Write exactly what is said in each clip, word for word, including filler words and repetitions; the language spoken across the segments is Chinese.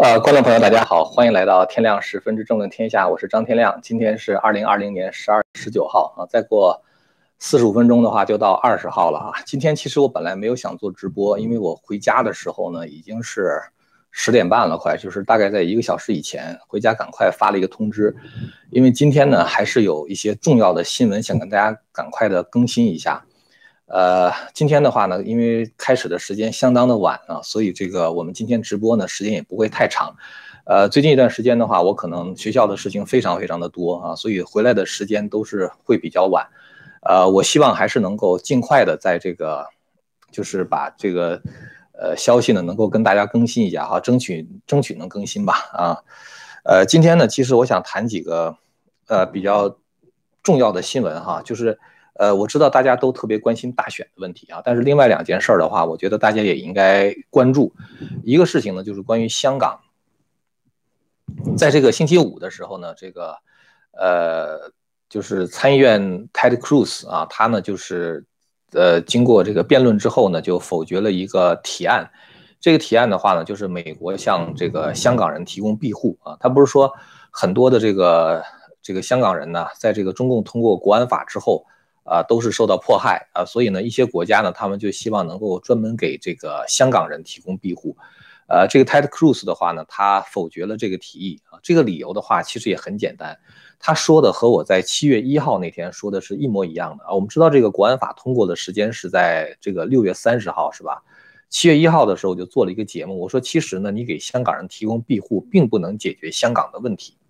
呃，观众朋友，大家好，欢迎来到天亮十分之政论天下，我是张天亮。今天是二零二零年十二月十九号啊，再过四十五分钟的话就到二十号了啊。今天其实我本来没有想做直播，因为我回家的时候呢已经是十点半了，快就是大概在一个小时以前回家，赶快发了一个通知，因为今天呢还是有一些重要的新闻想跟大家赶快的更新一下。呃，今天的话呢，因为开始的时间相当的晚啊，所以这个我们今天直播呢时间也不会太长。呃，最近一段时间的话，我可能学校的事情非常非常的多啊，所以回来的时间都是会比较晚。呃，我希望还是能够尽快的在这个，就是把这个呃消息呢能够跟大家更新一下哈，争取争取能更新吧啊。呃，今天呢，其实我想谈几个呃比较重要的新闻哈，就是。呃，我知道大家都特别关心大选的问题啊，但是另外两件事儿的话，我觉得大家也应该关注。一个事情呢，就是关于香港，在这个星期五的时候呢，这个呃，就是参议院 Ted Cruz 啊，他呢就是呃经过这个辩论之后呢，就否决了一个提案。这个提案的话呢，就是美国向这个香港人提供庇护啊，他不是说很多的这个这个香港人呢，在这个中共通过国安法之后。啊，都是受到迫害啊，所以呢，一些国家呢，他们就希望能够专门给这个香港人提供庇护。呃，这个 Ted Cruz 的话呢，他否决了这个提议啊。这个理由的话，其实也很简单，他说的和我在七月一号那天说的是一模一样的啊。我们知道这个国安法通过的时间是在这个六月三十号，是吧？七月一号的时候就做了一个节目，我说其实呢，你给香港人提供庇护，并不能解决香港的问题。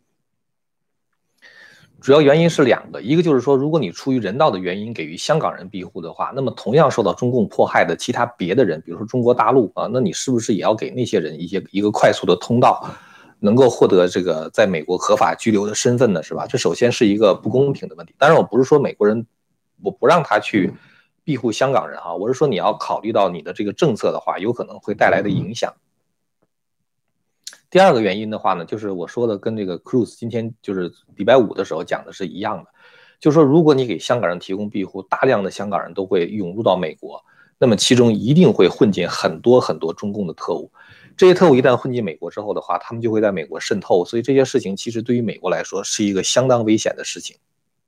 主要原因是两个，一个就是说，如果你出于人道的原因给予香港人庇护的话，那么同样受到中共迫害的其他别的人，比如说中国大陆啊，那你是不是也要给那些人一些一个快速的通道，能够获得这个在美国合法居留的身份呢？是吧？这首先是一个不公平的问题。当然，我不是说美国人我不让他去庇护香港人哈，我是说你要考虑到你的这个政策的话，有可能会带来的影响。第二个原因的话呢，就是我说的跟这个 Cruz 今天就是礼拜五的时候讲的是一样的，就是说如果你给香港人提供庇护，大量的香港人都会涌入到美国，那么其中一定会混进很多很多中共的特务，这些特务一旦混进美国之后的话，他们就会在美国渗透，所以这些事情其实对于美国来说是一个相当危险的事情。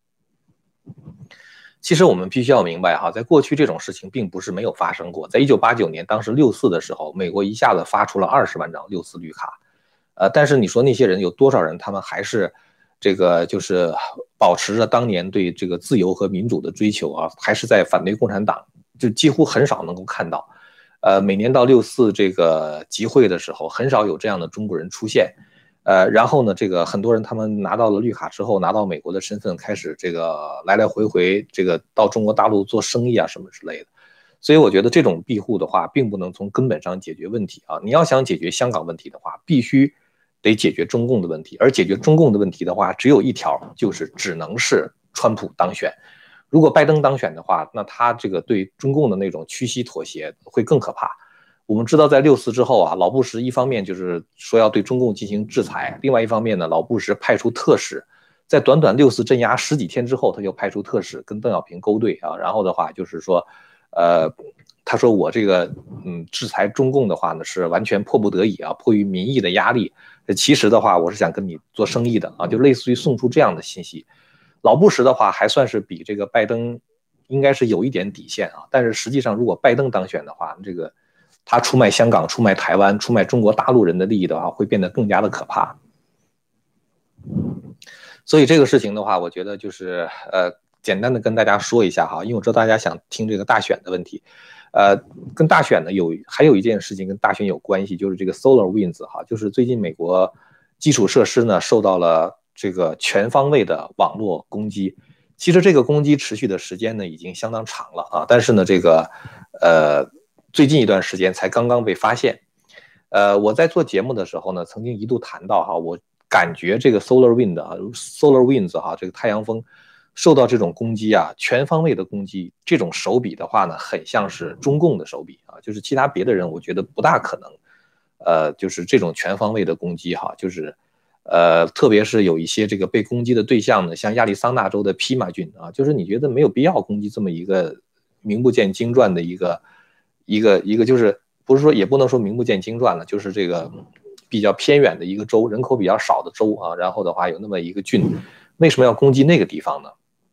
其实我们必须要明白哈，在过去这种事情并不是没有发生过，在一九八九年当时六四的时候，美国一下子发出了二十万张六四绿卡。呃，但是你说那些人有多少人，他们还是这个就是保持着当年对这个自由和民主的追求啊，还是在反对共产党，就几乎很少能够看到。呃，每年到六四这个集会的时候，很少有这样的中国人出现。呃，然后呢，这个很多人他们拿到了绿卡之后，拿到美国的身份，开始这个来来回回这个到中国大陆做生意啊什么之类的。所以我觉得这种庇护的话，并不能从根本上解决问题啊。你要想解决香港问题的话，必须得解决中共的问题，而解决中共的问题的话，只有一条，就是只能是川普当选。如果拜登当选的话，那他这个对中共的那种屈膝妥协会更可怕。我们知道，在六四之后啊，老布什一方面就是说要对中共进行制裁，另外一方面呢，老布什派出特使，在短短六四镇压十几天之后，他就派出特使跟邓小平勾兑啊，然后的话就是说，呃，他说我这个嗯制裁中共的话呢，是完全迫不得已啊，迫于民意的压力。其实的话，我是想跟你做生意的啊，就类似于送出这样的信息。老布什的话还算是比这个拜登应该是有一点底线啊，但是实际上如果拜登当选的话，这个他出卖香港、出卖台湾、出卖中国大陆人的利益的话，会变得更加的可怕。所以这个事情的话，我觉得就是呃简单的跟大家说一下哈，因为我知道大家想听这个大选的问题。呃，跟大选呢有还有一件事情跟大选有关系，就是这个 SolarWinds 哈，就是最近美国基础设施呢受到了这个全方位的网络攻击。其实这个攻击持续的时间呢已经相当长了啊，但是呢这个呃最近一段时间才刚刚被发现。呃，我在做节目的时候呢，曾经一度谈到哈，我感觉这个 SolarWind 啊 ，SolarWinds 哈，这个太阳风。受到这种攻击啊，全方位的攻击，这种手笔的话呢，很像是中共的手笔啊，就是其他别的人我觉得不大可能，呃，就是这种全方位的攻击哈，就是呃，特别是有一些这个被攻击的对象呢，像亚利桑那州的披马郡啊，就是你觉得没有必要攻击这么一个名不见经传的一个一个一个，就是不是说也不能说名不见经传了，就是这个比较偏远的一个州，人口比较少的州啊，然后的话有那么一个郡，为什么要攻击那个地方呢？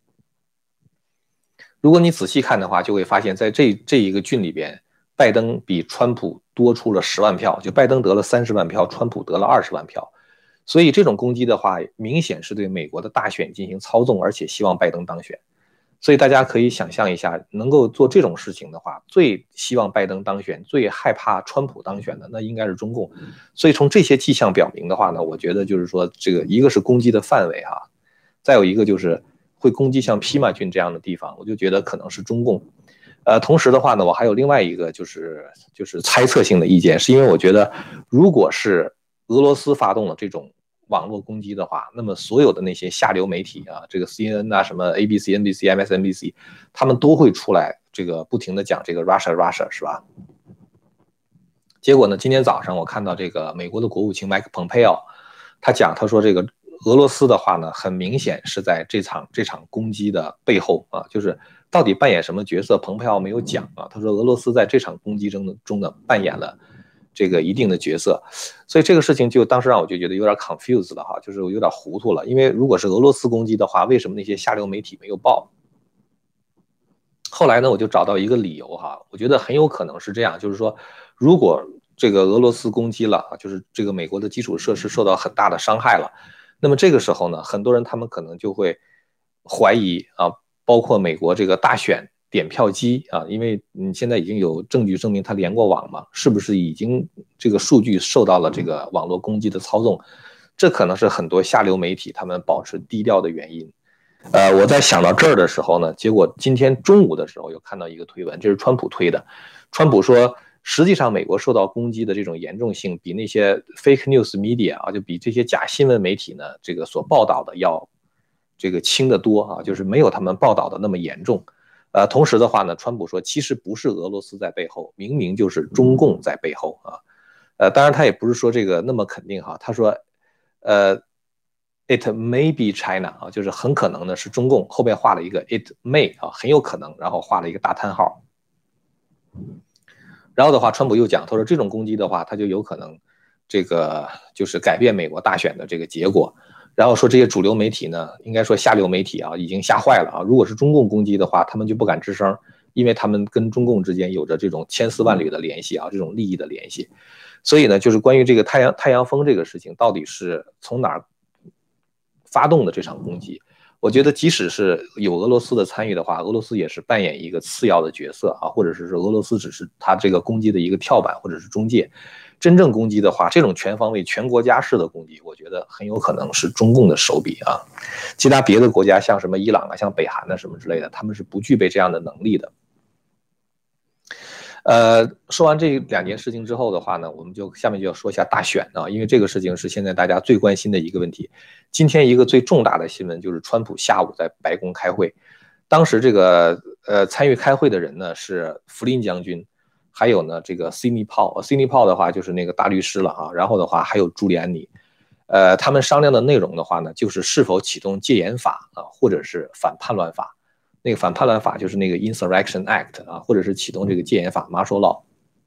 如果你仔细看的话，就会发现在这这一个郡里边，拜登比川普多出了十万票，就拜登得了三十万票，川普得了二十万票。所以这种攻击的话，明显是对美国的大选进行操纵，而且希望拜登当选。所以大家可以想象一下，能够做这种事情的话，最希望拜登当选，最害怕川普当选的，那应该是中共。所以从这些迹象表明的话呢，我觉得就是说，这个一个是攻击的范围哈，再有一个就是会攻击像披马郡这样的地方，我就觉得可能是中共。呃，同时的话呢，我还有另外一个就是就是猜测性的意见，是因为我觉得，如果是俄罗斯发动了这种网络攻击的话，那么所有的那些下流媒体啊，这个 C N N 啊，什么 A B C、N B C、M S N B C， 他们都会出来这个不停的讲这个 Russia Russia 是吧？结果呢，今天早上我看到这个美国的国务卿 Mike Pompeo， 他讲他说这个俄罗斯的话呢，很明显是在这场这场攻击的背后啊，就是到底扮演什么角色，蓬佩奥没有讲啊。他说俄罗斯在这场攻击中中呢扮演了这个一定的角色，所以这个事情就当时让我就觉得有点 confused 了哈，就是有点糊涂了。因为如果是俄罗斯攻击的话，为什么那些下流媒体没有报？后来呢，我就找到一个理由哈，我觉得很有可能是这样，就是说，如果这个俄罗斯攻击了啊，就是这个美国的基础设施受到很大的伤害了，那么这个时候呢，很多人他们可能就会怀疑啊，包括美国这个大选点票机啊，因为你现在已经有证据证明它连过网嘛，是不是已经这个数据受到了这个网络攻击的操纵？这可能是很多下流媒体他们保持低调的原因。呃，我在想到这儿的时候呢，结果今天中午的时候又看到一个推文，这是川普推的。川普说，实际上美国受到攻击的这种严重性，比那些 fake news media 啊，就比这些假新闻媒体呢，这个所报道的要这个轻得多啊，就是没有他们报道的那么严重。呃，同时的话呢，川普说，其实不是俄罗斯在背后，明明就是中共在背后啊。呃，当然他也不是说这个那么肯定哈，他说，呃。It may be China 啊，就是很可能呢是中共，后边画了一个 it may 啊，很有可能，然后画了一个大叹号。然后的话，川普又讲，他说这种攻击的话，他就有可能这个就是改变美国大选的这个结果。然后说这些主流媒体呢，应该说下流媒体啊，已经吓坏了啊。如果是中共攻击的话，他们就不敢吱声，因为他们跟中共之间有着这种千丝万缕的联系啊，这种利益的联系。所以呢，就是关于这个太阳太阳风这个事情，到底是从哪儿发动的这场攻击，我觉得即使是有俄罗斯的参与的话，俄罗斯也是扮演一个次要的角色啊，或者是说俄罗斯只是他这个攻击的一个跳板或者是中介。真正攻击的话，这种全方位全国家式的攻击，我觉得很有可能是中共的手笔啊。其他别的国家像什么伊朗啊、像北韩啊什么之类的，他们是不具备这样的能力的。呃，说完这两件事情之后的话呢，我们就下面就要说一下大选啊，因为这个事情是现在大家最关心的一个问题。今天一个最重大的新闻就是川普下午在白宫开会，当时这个呃参与开会的人呢是弗林将军，还有呢这个 Sidney Powell，Sidney Powell 的话就是那个大律师了啊，然后的话还有朱利安尼，呃，他们商量的内容的话呢，就是是否启动戒严法啊，或者是反叛乱法。那个反叛乱法就是那个 Insurrection Act 啊，或者是启动这个戒严法 Martial Law。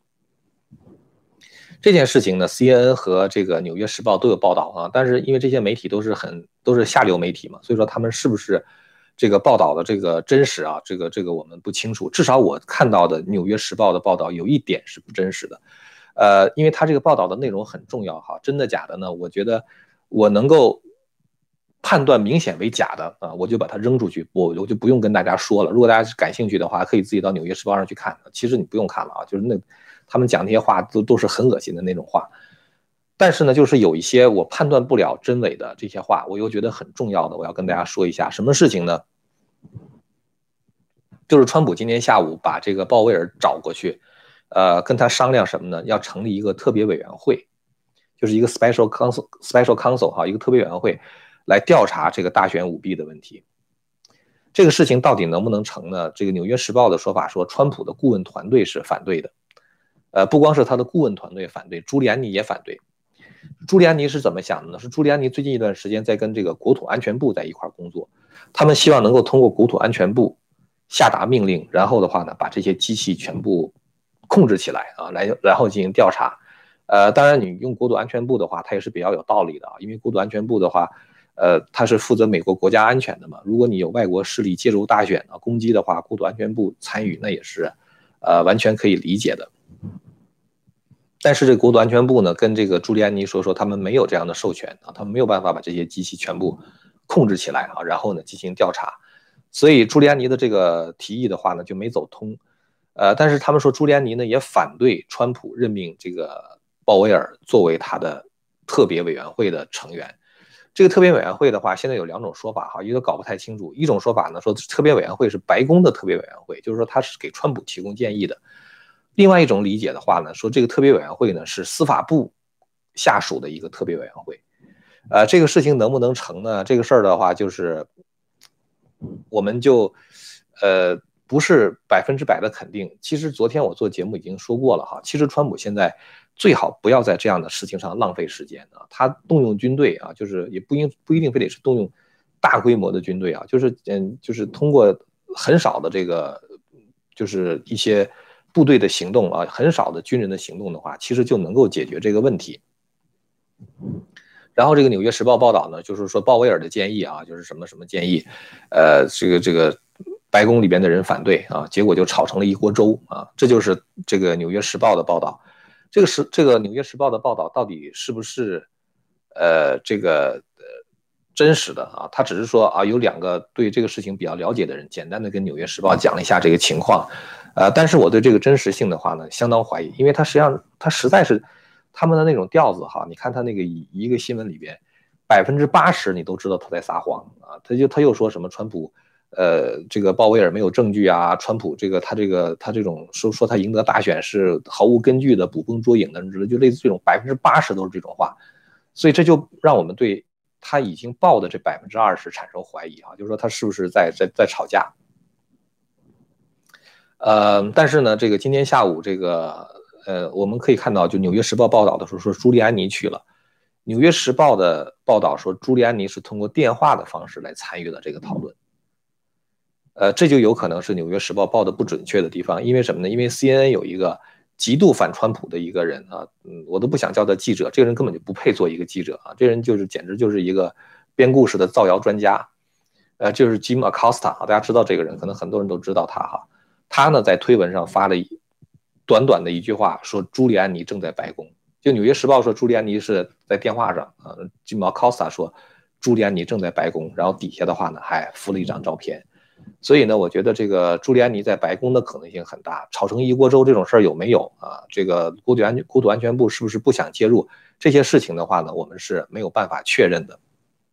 这件事情呢 ，C N N 和这个纽约时报都有报道啊，但是因为这些媒体都是很都是下流媒体嘛，所以说他们是不是这个报道的这个真实啊，这个这个我们不清楚。至少我看到的纽约时报的报道有一点是不真实的，呃，因为他这个报道的内容很重要哈，真的假的呢？我觉得我能够判断明显为假的啊，我就把它扔出去，我我就不用跟大家说了。如果大家感兴趣的话，可以自己到《纽约时报》上去看。其实你不用看了啊，就是那他们讲那些话都都是很恶心的那种话。但是呢，就是有一些我判断不了真伪的这些话，我又觉得很重要的，我要跟大家说一下。什么事情呢？就是川普今天下午把这个鲍威尔找过去，呃，跟他商量什么呢？要成立一个特别委员会，就是一个 special council special council 哈，一个特别委员会。来调查这个大选舞弊的问题，这个事情到底能不能成呢？这个《纽约时报》的说法说，川普的顾问团队是反对的，呃，不光是他的顾问团队反对，朱利安尼也反对。朱利安尼是怎么想的呢？是朱利安尼最近一段时间在跟这个国土安全部在一块工作，他们希望能够通过国土安全部下达命令，然后的话呢，把这些机器全部控制起来啊，来然后进行调查。 呃，当然你用国土安全部的话，它也是比较有道理的啊，因为国土安全部的话，呃，它是负责美国国家安全的嘛。如果你有外国势力介入大选啊攻击的话，国土安全部参与那也是，呃，完全可以理解的。但是这国土安全部呢，跟这个朱利安尼说说，他们没有这样的授权啊，他们没有办法把这些机器全部控制起来啊，然后呢进行调查。所以朱利安尼的这个提议的话呢就没走通。呃，但是他们说朱利安尼呢也反对川普任命这个鲍威尔作为他的特别委员会的成员。这个特别委员会的话，现在有两种说法哈，有的搞不太清楚。一种说法呢说特别委员会是白宫的特别委员会，就是说他是给川普提供建议的。另外一种理解的话呢，说这个特别委员会呢是司法部下属的一个特别委员会。呃，这个事情能不能成呢？这个事儿的话，就是我们就呃不是百分之百的肯定。其实昨天我做节目已经说过了哈，其实川普现在最好不要在这样的事情上浪费时间啊。他动用军队啊，就是也不应不一定非得是动用大规模的军队啊，就是嗯就是通过很少的这个就是一些部队的行动啊，很少的军人的行动的话，其实就能够解决这个问题。然后这个《纽约时报》报道呢，就是说鲍威尔的建议啊，就是什么什么建议，呃，这个这个白宫里边的人反对啊，结果就炒成了一锅粥啊。这就是这个《纽约时报》的报道。这个是这个《纽约时报》的报道到底是不是呃这个呃真实的啊？他只是说啊，有两个对这个事情比较了解的人，简单的跟《纽约时报》讲了一下这个情况。呃，但是我对这个真实性的话呢，相当怀疑，因为它实际上它实在是他们的那种调子哈，你看他那个一个新闻里边，百分之八十你都知道他在撒谎啊，他就他又说什么川普，呃，这个鲍威尔没有证据啊，川普这个他这个他这种说说他赢得大选是毫无根据的捕风捉影的之类，就类似这种百分之八十都是这种话，所以这就让我们对他已经报的这百分之二十产生怀疑啊，就是说他是不是在在在吵架。呃，但是呢，这个今天下午，这个呃，我们可以看到，就《纽约时报》报道的时候说朱利安尼去了，《纽约时报》的报道说朱利安尼是通过电话的方式来参与的这个讨论。呃，这就有可能是《纽约时报》报的不准确的地方，因为什么呢？因为 C N N 有一个极度反川普的一个人啊，嗯，我都不想叫他记者，这个人根本就不配做一个记者啊，这人就是简直就是一个编故事的造谣专家，呃，就是 Jim Acosta 啊，大家知道这个人，可能很多人都知道他哈。他呢在推文上发了短短的一句话，说朱利安尼正在白宫。就《纽约时报》说朱利安尼是在电话上啊 ，Jim Acosta 说朱利安尼正在白宫，然后底下的话呢还附了一张照片。所以呢，我觉得这个朱利安尼在白宫的可能性很大。炒成一锅粥这种事儿有没有啊？这个国土安全国土安全部是不是不想介入这些事情的话呢？我们是没有办法确认的。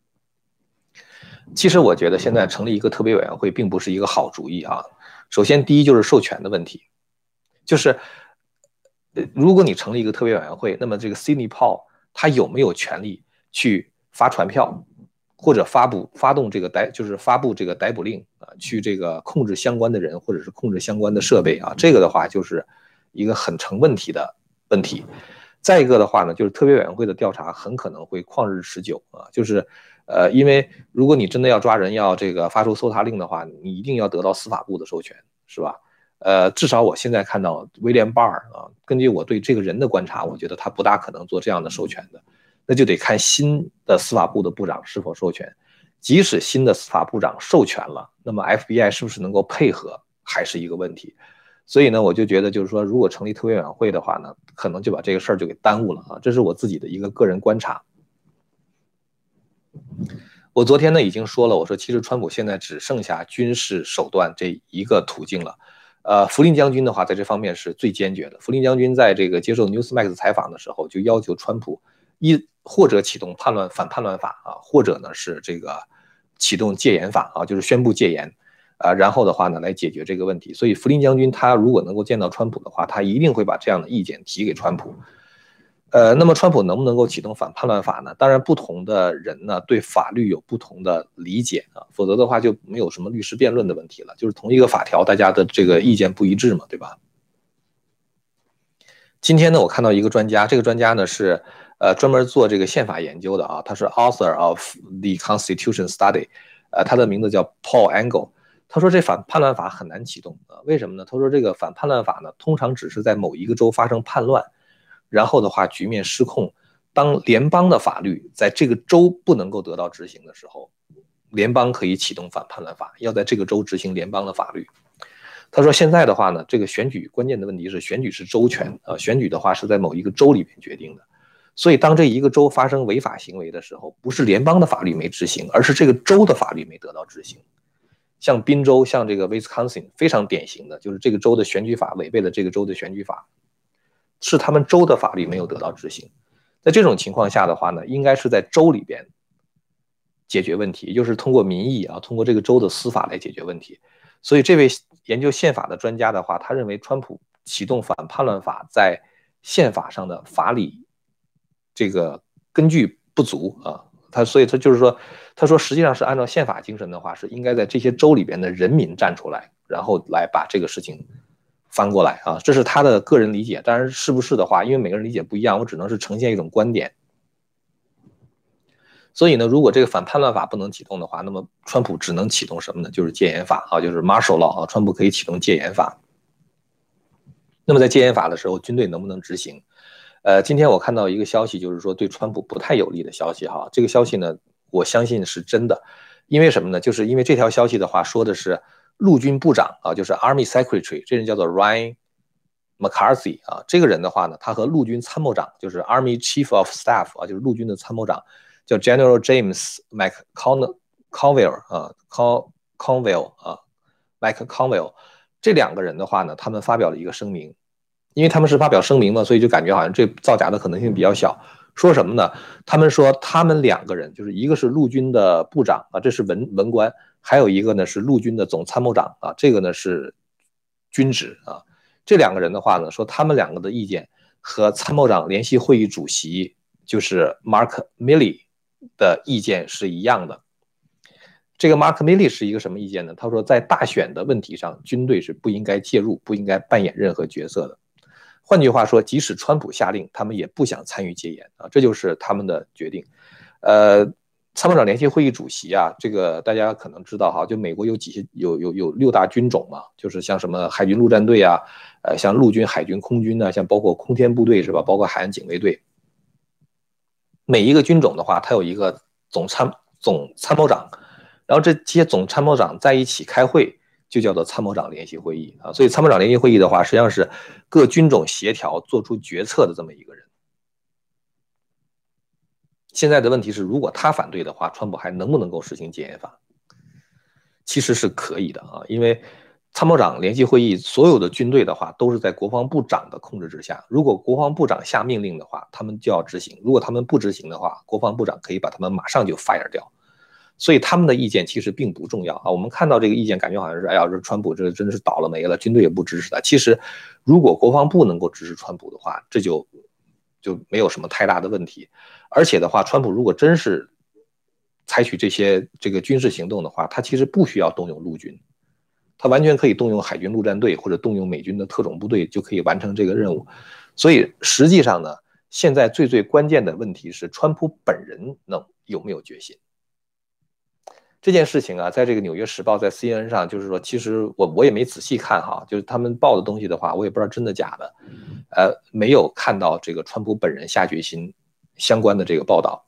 其实我觉得现在成立一个特别委员会并不是一个好主意啊。首先，第一就是授权的问题，就是如果你成立一个特别委员会，那么这个 Sidney Powell 他有没有权利去发传票，或者发布发动这个逮，就是发布这个逮捕令啊，去这个控制相关的人，或者是控制相关的设备啊？这个的话就是一个很成问题的问题。再一个的话呢，就是特别委员会的调查很可能会旷日持久啊，就是。呃，因为如果你真的要抓人，要这个发出搜查令的话，你一定要得到司法部的授权，是吧？呃，至少我现在看到威廉巴尔啊，根据我对这个人的观察，我觉得他不大可能做这样的授权的，那就得看新的司法部的部长是否授权。即使新的司法部长授权了，那么 F B I 是不是能够配合，还是一个问题。所以呢，我就觉得就是说，如果成立特别委员会的话呢，可能就把这个事儿就给耽误了啊，这是我自己的一个个人观察。我昨天呢已经说了，我说其实川普现在只剩下军事手段这一个途径了。呃，福林将军的话在这方面是最坚决的。福林将军在这个接受 Newsmax 采访的时候，就要求川普一或者启动叛乱反叛乱法啊，或者呢是这个启动戒严法啊，就是宣布戒严啊，然后的话呢来解决这个问题。所以福林将军他如果能够见到川普的话，他一定会把这样的意见提给川普。呃，那么川普能不能够启动反叛乱法呢？当然，不同的人呢对法律有不同的理解啊，否则的话就没有什么律师辩论的问题了。就是同一个法条，大家的这个意见不一致嘛，对吧？今天呢，我看到一个专家，这个专家呢是呃专门做这个宪法研究的啊，他是 author of the Constitution Study， 呃，他的名字叫 Paul Engel。他说这反叛乱法很难启动啊，为什么呢？他说这个反叛乱法呢，通常只是在某一个州发生叛乱。 然后的话局面失控。当联邦的法律在这个州不能够得到执行的时候，联邦可以启动反叛乱法，要在这个州执行联邦的法律。他说现在的话呢，这个选举关键的问题是选举是州权啊，选举的话是在某一个州里面决定的，所以当这一个州发生违法行为的时候，不是联邦的法律没执行，而是这个州的法律没得到执行。像宾州，像这个 Wisconsin 非常典型的就是这个州的选举法违背了这个州的选举法，是他们州的法律没有得到执行。在这种情况下的话呢，应该是在州里边解决问题，也就是通过民意啊，通过这个州的司法来解决问题。所以这位研究宪法的专家的话，他认为川普启动反叛乱法在宪法上的法理这个根据不足啊，他所以他就是说，他说实际上是按照宪法精神的话，是应该在这些州里边的人民站出来，然后来把这个事情翻过来啊，这是他的个人理解。当然是不是的话，因为每个人理解不一样，我只能是呈现一种观点。所以呢，如果这个反叛乱法不能启动的话，那么川普只能启动什么呢？就是戒严法啊，就是 Martial Law 啊，川普可以启动戒严法。那么在戒严法的时候，军队能不能执行？呃，今天我看到一个消息，就是说对川普不太有利的消息哈。这个消息呢，我相信是真的，因为什么呢？就是因为这条消息的话说的是陆军部长啊，就是 Army Secretary， 这人叫做 Ryan McCarthy 啊，这个人的话呢，他和陆军参谋长，就是 Army Chief of Staff 啊，就是陆军的参谋长，叫 General James McConville 啊 ，Conville 啊 ，McConville， 这两个人的话呢，他们发表了一个声明。因为他们是发表声明嘛，所以就感觉好像这造假的可能性比较小。说什么呢？他们说他们两个人，就是一个是陆军的部长啊，这是文文官，还有一个呢是陆军的总参谋长啊，这个呢是军职啊。这两个人的话呢，说他们两个的意见和参谋长联席会议主席就是 Mark Milley 的意见是一样的。这个 Mark Milley 是一个什么意见呢？他说在大选的问题上，军队是不应该介入，不应该扮演任何角色的。换句话说，即使川普下令，他们也不想参与戒严啊，这就是他们的决定。呃，参谋长联席会议主席啊，这个大家可能知道哈，就美国有几些有有有六大军种嘛，就是像什么海军陆战队啊，呃，像陆军、海军、空军啊，像包括空天部队是吧，包括海岸警卫队。每一个军种的话，它有一个总参总参谋长，然后这些总参谋长在一起开会。就叫做参谋长联席会议啊，所以参谋长联席会议的话，实际上是各军种协调做出决策的这么一个人。现在的问题是，如果他反对的话，川普还能不能够实行戒严法？其实是可以的啊，因为参谋长联席会议所有的军队的话，都是在国防部长的控制之下。如果国防部长下命令的话，他们就要执行；如果他们不执行的话，国防部长可以把他们马上就 fire 掉。所以他们的意见其实并不重要啊。我们看到这个意见，感觉好像是，哎呀，这川普这真的是倒了霉了，军队也不支持他。其实，如果国防部能够支持川普的话，这就就没有什么太大的问题。而且的话，川普如果真是采取这些这个军事行动的话，他其实不需要动用陆军，他完全可以动用海军陆战队或者动用美军的特种部队就可以完成这个任务。所以实际上呢，现在最最关键的问题是，川普本人能有没有决心？这件事情啊，在这个《纽约时报》在 C N N 上，就是说，其实我我也没仔细看哈，就是他们报的东西的话，我也不知道真的假的，呃，没有看到这个川普本人下决心相关的这个报道。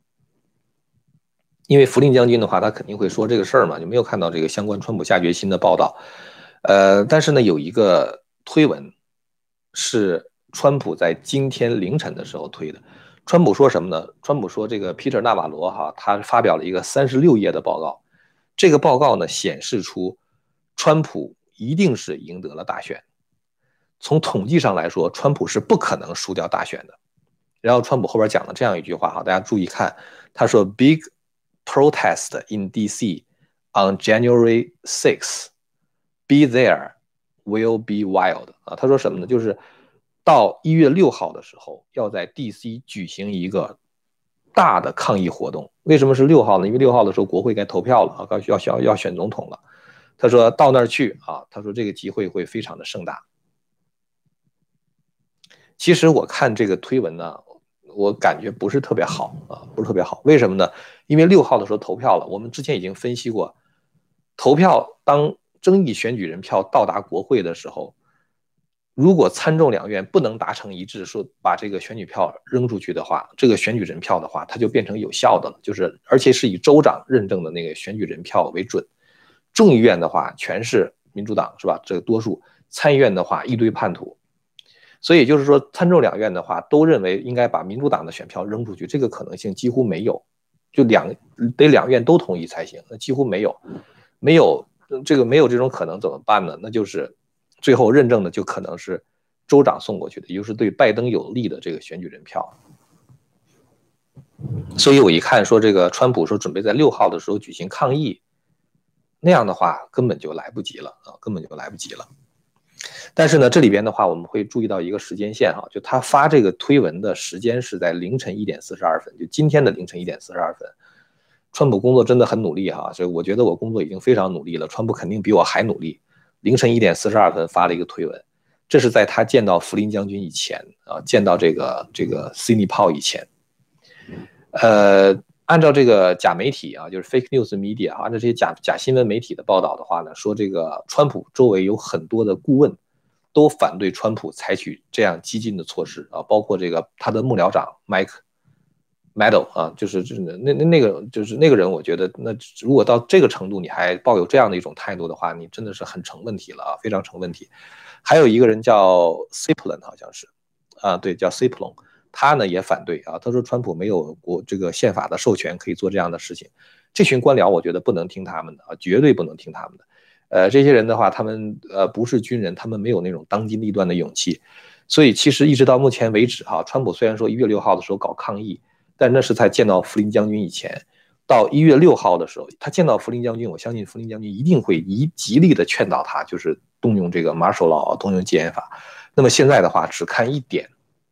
因为福林将军的话，他肯定会说这个事儿嘛，就没有看到这个相关川普下决心的报道。呃，但是呢，有一个推文是川普在今天凌晨的时候推的。川普说什么呢？川普说这个皮特纳瓦罗哈，他发表了一个三十六页的报告。这个报告呢，显示出川普一定是赢得了大选。从统计上来说，川普是不可能输掉大选的。然后川普后边讲了这样一句话哈，大家注意看，他说 ：“Big protest in D C on January sixth. Be there, will be wild。”啊，他说什么呢？就是到一月六号的时候，要在 D C 举行一个大的抗议活动。为什么是六号呢？因为六号的时候国会该投票了啊，要要要选总统了。他说到那儿去啊，他说这个集会会非常的盛大。其实我看这个推文呢，我感觉不是特别好啊，不是特别好。为什么呢？因为六号的时候投票了，我们之前已经分析过，投票当争议选举人票到达国会的时候， 如果参众两院不能达成一致，说把这个选举票扔出去的话，这个选举人票的话，它就变成有效的了，就是而且是以州长认证的那个选举人票为准。众议院的话全是民主党，是吧？这个多数。参议院的话一堆叛徒，所以就是说参众两院的话都认为应该把民主党的选票扔出去，这个可能性几乎没有，就两得两院都同意才行，那几乎没有，没有这个没有这种可能怎么办呢？那就是最后认证的就可能是州长送过去的，也就是对拜登有利的这个选举人票。所以我一看说这个川普说准备在六号的时候举行抗议，那样的话根本就来不及了啊，根本就来不及了。但是呢，这里边的话，我们会注意到一个时间线哈，就他发这个推文的时间是在凌晨一点四十二分，就今天的凌晨一点四十二分。川普工作真的很努力哈，所以我觉得我工作已经非常努力了，川普肯定比我还努力。凌晨一点四十二分发了一个推文，这是在他见到福林将军以前啊，见到这个这个 Sidney Powell 以前。呃，按照这个假媒体啊，就是 fake news media 啊，按照这些假假新闻媒体的报道的话呢，说这个川普周围有很多的顾问。都反对川普采取这样激进的措施啊，包括这个他的幕僚长 Mike Meadow 啊，就是那那那个就是那个人，我觉得那如果到这个程度你还抱有这样的一种态度的话，你真的是很成问题了啊，非常成问题。还有一个人叫 Cipollone 好像是啊，对，叫 Cipollone， 他呢也反对啊，他说川普没有国这个宪法的授权可以做这样的事情。这群官僚我觉得不能听他们的啊，绝对不能听他们的。呃，这些人的话，他们呃不是军人，他们没有那种当机立断的勇气，所以其实一直到目前为止哈，川普虽然说一月六号的时候搞抗议，但那是在见到福林将军以前，到一月六号的时候，他见到福林将军，我相信福林将军一定会一极力的劝导他，就是动用这个 Martial Law， 动用戒严法。那么现在的话，只看一点，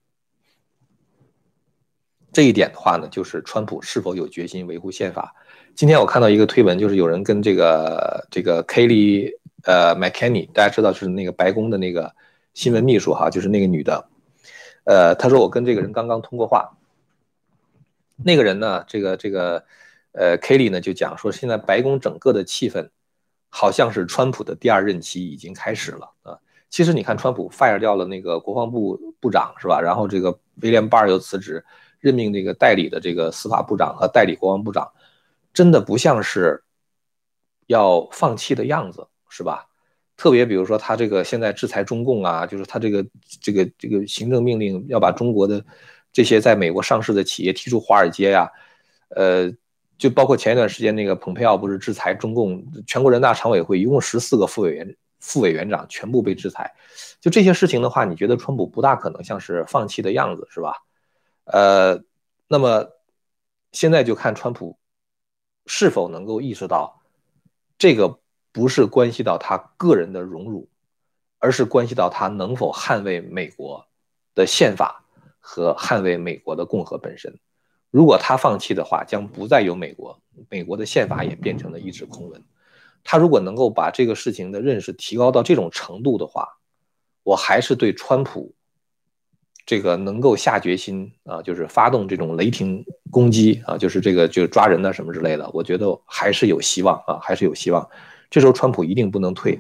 这一点的话呢，就是川普是否有决心维护宪法。今天我看到一个推文，就是有人跟这个这个 Kelly 呃 McEnany， 大家知道是那个白宫的那个新闻秘书哈，就是那个女的，呃，他说我跟这个人刚刚通过话，那个人呢，这个这个呃 Kelly 呢就讲说，现在白宫整个的气氛好像是川普的第二任期已经开始了啊。其实你看，川普 fire 掉了那个国防部部长是吧？然后这个威廉巴尔又辞职，任命这个代理的这个司法部长和代理国防部长。真的不像是要放弃的样子，是吧？特别比如说他这个现在制裁中共啊，就是他这个这个这个行政命令要把中国的这些在美国上市的企业踢出华尔街呀、啊，呃，就包括前一段时间那个蓬佩奥不是制裁中共，全国人大常委会一共十四个副委员副委员长全部被制裁，就这些事情的话，你觉得川普不大可能像是放弃的样子，是吧？呃，那么现在就看川普是否能够意识到，这个不是关系到他个人的荣辱，而是关系到他能否捍卫美国的宪法和捍卫美国的共和本身。如果他放弃的话，将不再有美国，美国的宪法也变成了一纸空文。他如果能够把这个事情的认识提高到这种程度的话，我还是对川普这个能够下决心啊，就是发动这种雷霆攻击啊，就是这个就是抓人呐什么之类的，我觉得还是有希望啊，还是有希望。这时候川普一定不能退。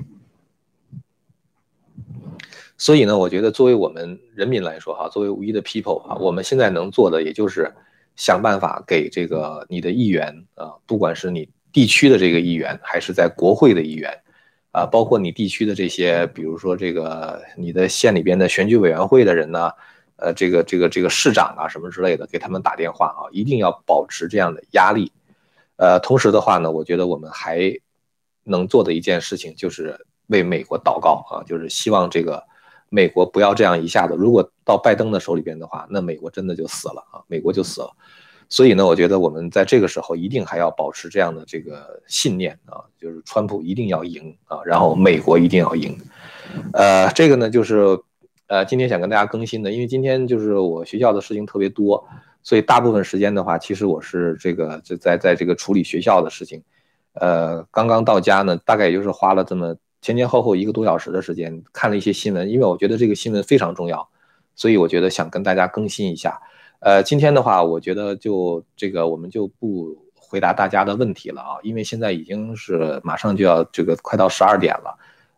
所以呢，我觉得作为我们人民来说哈，作为无一的 people 啊，我们现在能做的也就是想办法给这个你的议员啊，不管是你地区的这个议员，还是在国会的议员啊，包括你地区的这些，比如说这个你的县里边的选举委员会的人呢。呃，这个这个这个市长啊什么之类的，给他们打电话啊，一定要保持这样的压力。呃，同时的话呢，我觉得我们还能做的一件事情就是为美国祷告啊，就是希望这个美国不要这样一下子，如果到拜登的手里边的话，那美国真的就死了啊，美国就死了。所以呢，我觉得我们在这个时候一定还要保持这样的这个信念啊，就是川普一定要赢啊，然后美国一定要赢。呃，这个呢就是。呃，今天想跟大家更新的，因为今天就是我学校的事情特别多，所以大部分时间的话，其实我是这个就在在这个处理学校的事情。呃，刚刚到家呢，大概也就是花了这么前前后后一个多小时的时间，看了一些新闻，因为我觉得这个新闻非常重要，所以我觉得想跟大家更新一下。呃，今天的话，我觉得就这个我们就不回答大家的问题了啊，因为现在已经是马上就要这个快到十二点了。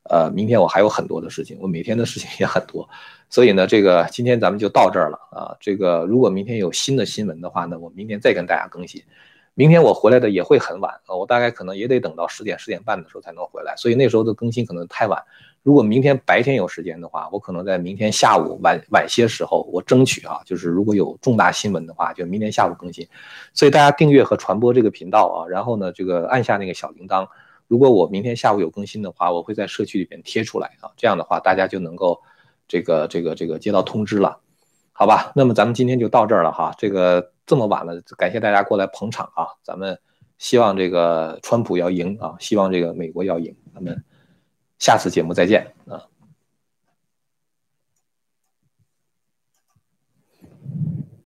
呃，明天我还有很多的事情，我每天的事情也很多，所以呢，这个今天咱们就到这儿了啊。这个如果明天有新的新闻的话呢，我明天再跟大家更新。明天我回来的也会很晚啊，我大概可能也得等到十点十点半的时候才能回来，所以那时候的更新可能太晚。如果明天白天有时间的话，我可能在明天下午晚晚些时候，我争取啊，就是如果有重大新闻的话，就明天下午更新。所以大家订阅和传播这个频道啊，然后呢，这个按下那个小铃铛。如果我明天下午有更新的话，我会在社区里边贴出来啊，这样的话大家就能够这个这个这个接到通知了，好吧？那么咱们今天就到这儿了哈，这个这么晚了，感谢大家过来捧场啊，咱们希望这个川普要赢啊，希望这个美国要赢，咱们下次节目再见啊。